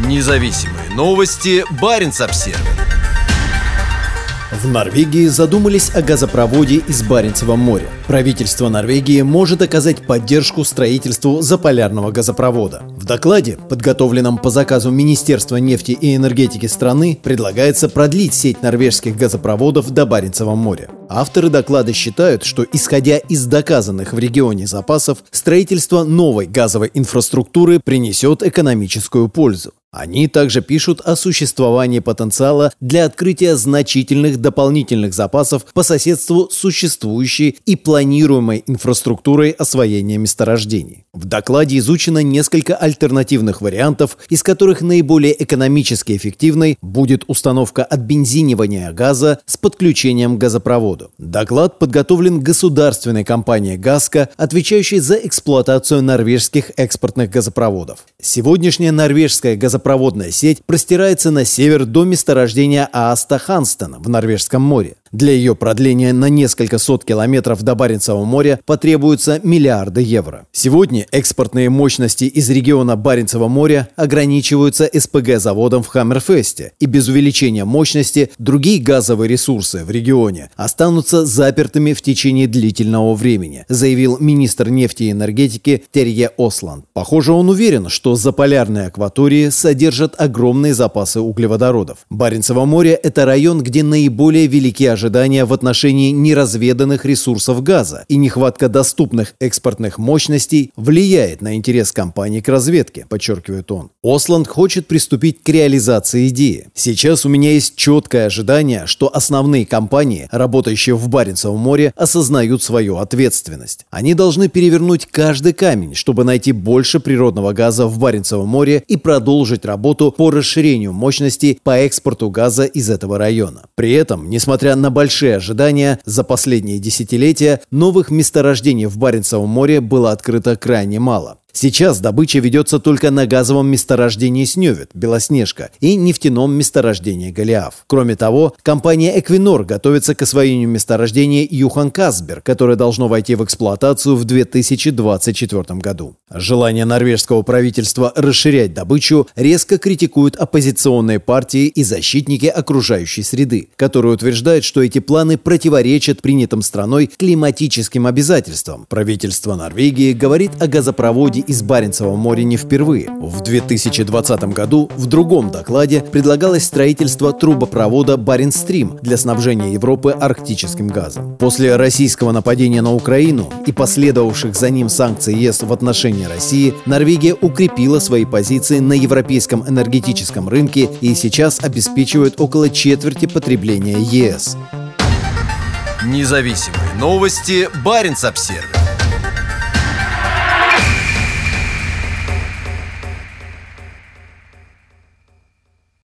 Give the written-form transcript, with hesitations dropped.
Независимые новости. Баренц-Обсервис. В Норвегии задумались о газопроводе из Баренцева моря. Правительство Норвегии может оказать поддержку строительству заполярного газопровода. В докладе, подготовленном по заказу Министерства нефти и энергетики страны, предлагается продлить сеть норвежских газопроводов до Баренцева моря. Авторы доклада считают, что, исходя из доказанных в регионе запасов, строительство новой газовой инфраструктуры принесет экономическую пользу. Они также пишут о существовании потенциала для открытия значительных дополнительных запасов по соседству с существующей и планируемой инфраструктурой освоения месторождений. В докладе изучено несколько альтернативных вариантов, из которых наиболее экономически эффективной будет установка отбензинивания газа с подключением к газопроводу. Доклад подготовлен государственной компанией «Газко», отвечающей за эксплуатацию норвежских экспортных газопроводов. Сегодняшняя норвежская газопроводная сеть простирается на север до месторождения Aastа-Ханстен в Норвежском море. Для ее продления на несколько сот километров до Баренцева моря потребуются миллиарды евро. Сегодня экспортные мощности из региона Баренцева моря ограничиваются СПГ-заводом в Хаммерфесте, и без увеличения мощности другие газовые ресурсы в регионе останутся запертыми в течение длительного времени, заявил министр нефти и энергетики Терье Осланд. Похоже, он уверен, что заполярные акватории содержат огромные запасы углеводородов. Баренцево море – это район, где наиболее велики ожидания в отношении неразведанных ресурсов газа, и нехватка доступных экспортных мощностей влияет на интерес компании к разведке, подчеркивает он. Осланд хочет приступить к реализации идеи. Сейчас у меня есть четкое ожидание, что основные компании, работающие в Баренцевом море, осознают свою ответственность. Они должны перевернуть каждый камень, чтобы найти больше природного газа в Баренцевом море и продолжить работу по расширению мощностей по экспорту газа из этого района. При этом, несмотря на большие ожидания, за последние десятилетия новых месторождений в Баренцевом море было открыто крайне мало. Сейчас добыча ведется только на газовом месторождении Снёвит, Белоснежка, и нефтяном месторождении Голиаф. Кроме того, компания Эквинор готовится к освоению месторождения Юхан Касбер, которое должно войти в эксплуатацию в 2024 году. Желание норвежского правительства расширять добычу резко критикуют оппозиционные партии и защитники окружающей среды, которые утверждают, что эти планы противоречат принятым страной климатическим обязательствам. Правительство Норвегии говорит о газопроводе из Баренцева моря не впервые. В 2020 году в другом докладе предлагалось строительство трубопровода Баренц-Стрим для снабжения Европы арктическим газом. После российского нападения на Украину и последовавших за ним санкций ЕС в отношении России, Норвегия укрепила свои позиции на европейском энергетическом рынке и сейчас обеспечивает около четверти потребления ЕС. Независимые новости. Баренц-Обсервис.